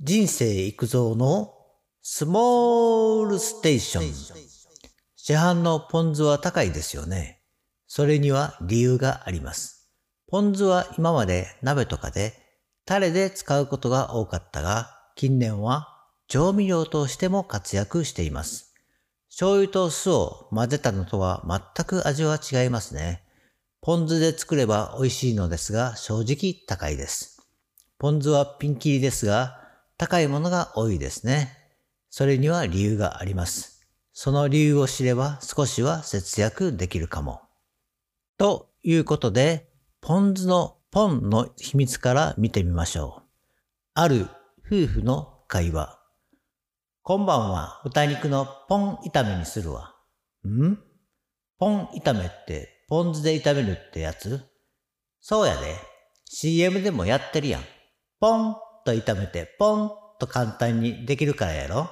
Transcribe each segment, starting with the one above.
人生育造のスモールステーション。市販のポン酢は高いですよね。それには理由があります。ポン酢は今まで鍋とかでタレで使うことが多かったが、近年は調味料としても活躍しています。醤油と酢を混ぜたのとは全く味は違いますね。ポン酢で作れば美味しいのですが、正直高いです。ポン酢はピンキリですが、高いものが多いですね。それには理由があります。その理由を知れば少しは節約できるかも。ということで、ポン酢のポンの秘密から見てみましょう。ある夫婦の会話。今晩は豚肉のポン炒めにするわ。ポン炒めってポン酢で炒めるってやつ？そうやで。CM でもやってるやん。ポンと炒めてポンと簡単にできるからやろ。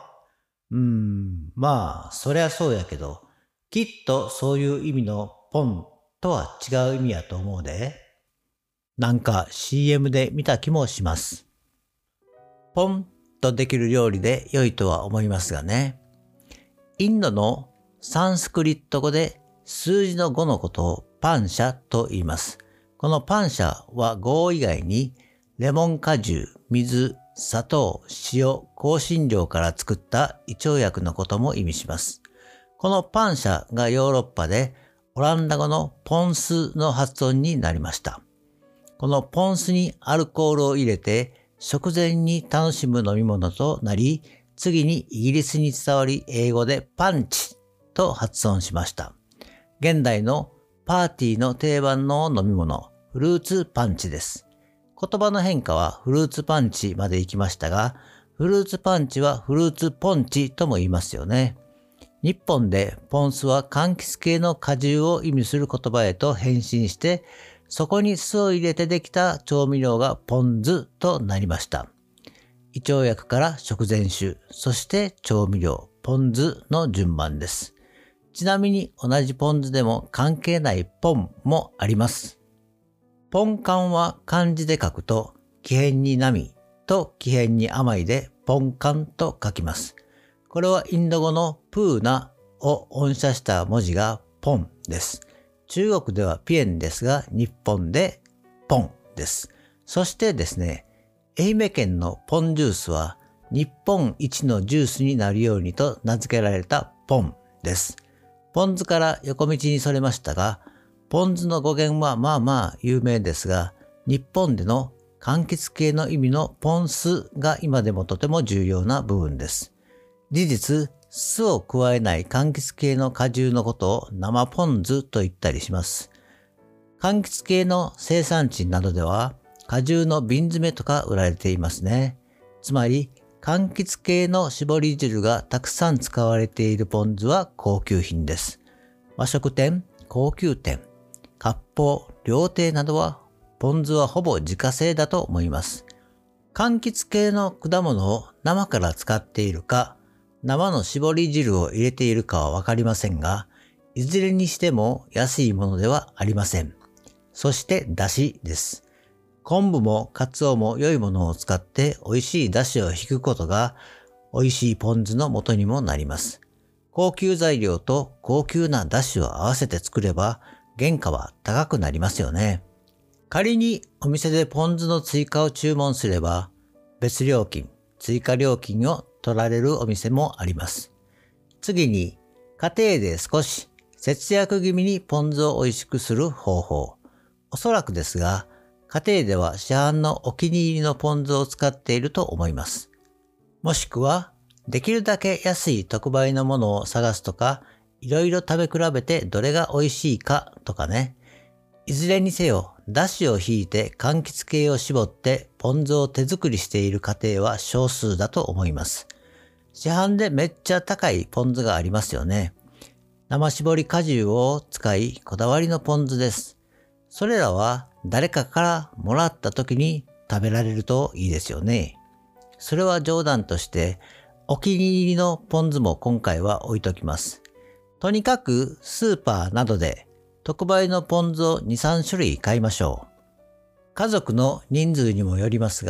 まあ、そりゃそうやけど、きっとそういう意味のポンとは違う意味やと思うで。なんか CM で見た気もします。ポンとできる料理で良いとは思いますがね。インドのサンスクリット語で数字の5のことをパンシャと言います。このパンシャは5以外にレモン果汁、水、砂糖、塩、香辛料から作った胃腸薬のことも意味します。このパンシャがヨーロッパでオランダ語のポンスの発音になりました。このポンスにアルコールを入れて食前に楽しむ飲み物となり、次にイギリスに伝わり英語でパンチと発音しました。現代のパーティーの定番の飲み物、フルーツパンチです。言葉の変化はフルーツパンチまで行きましたが、フルーツパンチはフルーツポンチとも言いますよね。日本でポン酢は柑橘系の果汁を意味する言葉へと変身して、そこに酢を入れてできた調味料がポン酢となりました。胃腸薬から食前酒、そして調味料、ポン酢の順番です。ちなみに同じポン酢でも関係ないポンもあります。ポンカンは漢字で書くと、木偏に波と木偏に甘いでポンカンと書きます。これはインド語のプーナを音写した文字がポンです。中国ではピエンですが、日本でポンです。そしてですね、愛媛県のポンジュースは日本一のジュースになるようにと名付けられたポンです。ポン酢から横道にそれましたが、ポン酢の語源はまあまあ有名ですが、日本での柑橘系の意味のポン酢が今でもとても重要な部分です。事実、酢を加えない柑橘系の果汁のことを生ポン酢と言ったりします。柑橘系の生産地などでは果汁の瓶詰めとか売られていますね。つまり、柑橘系の絞り汁がたくさん使われているポン酢は高級品です。和食店、高級店、割烹、料亭などはポン酢はほぼ自家製だと思います。柑橘系の果物を生から使っているか、生の絞り汁を入れているかはわかりませんが、いずれにしても安いものではありません。そして出汁です。昆布もカツオも良いものを使って美味しい出汁を引くことが美味しいポン酢の元にもなります。高級材料と高級な出汁を合わせて作れば原価は高くなりますよね。仮にお店でポン酢の追加を注文すれば別料金、追加料金を取られるお店もあります。次に家庭で少し節約気味にポン酢を美味しくする方法。おそらくですが家庭では市販のお気に入りのポン酢を使っていると思います。もしくはできるだけ安い特売のものを探すとか、いろいろ食べ比べてどれが美味しいかとかね。いずれにせよ、出汁を引いて柑橘系を絞ってポン酢を手作りしている家庭は少数だと思います。市販でめっちゃ高いポン酢がありますよね。生搾り果汁を使いこだわりのポン酢です。それらは誰かからもらった時に食べられるといいですよね。それは冗談としてお気に入りのポン酢も今回は置いときます。とにかくスーパーなどで特売のポン酢を2、3種類買いましょう。家族の人数にもよりますが、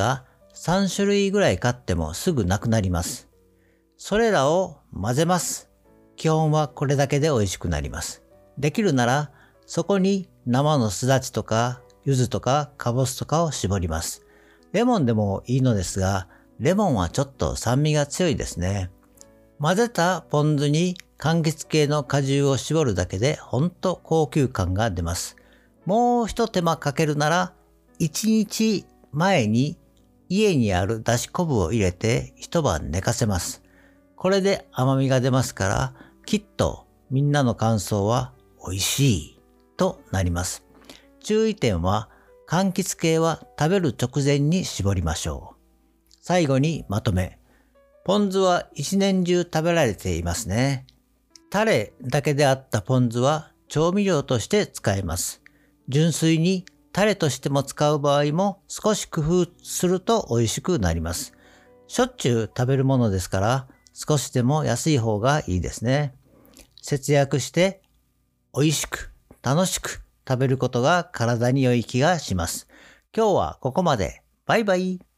3種類ぐらい買ってもすぐなくなります。それらを混ぜます。基本はこれだけで美味しくなります。できるなら、そこに生のすだちとか、柚子とか、かぼすとかを絞ります。レモンでもいいのですが、レモンはちょっと酸味が強いですね。混ぜたポン酢に柑橘系の果汁を絞るだけでほんと高級感が出ます。もう一手間かけるなら、1日前に家にあるだし昆布を入れて一晩寝かせます。これで甘みが出ますから、きっとみんなの感想は美味しいとなります。注意点は、柑橘系は食べる直前に絞りましょう。最後にまとめ。ポン酢は一年中食べられていますね。タレだけであったポン酢は調味料として使えます。純粋にタレとしても使う場合も少し工夫すると美味しくなります。しょっちゅう食べるものですから少しでも安い方がいいですね。節約して美味しく楽しく食べることが体に良い気がします。今日はここまで。バイバイ。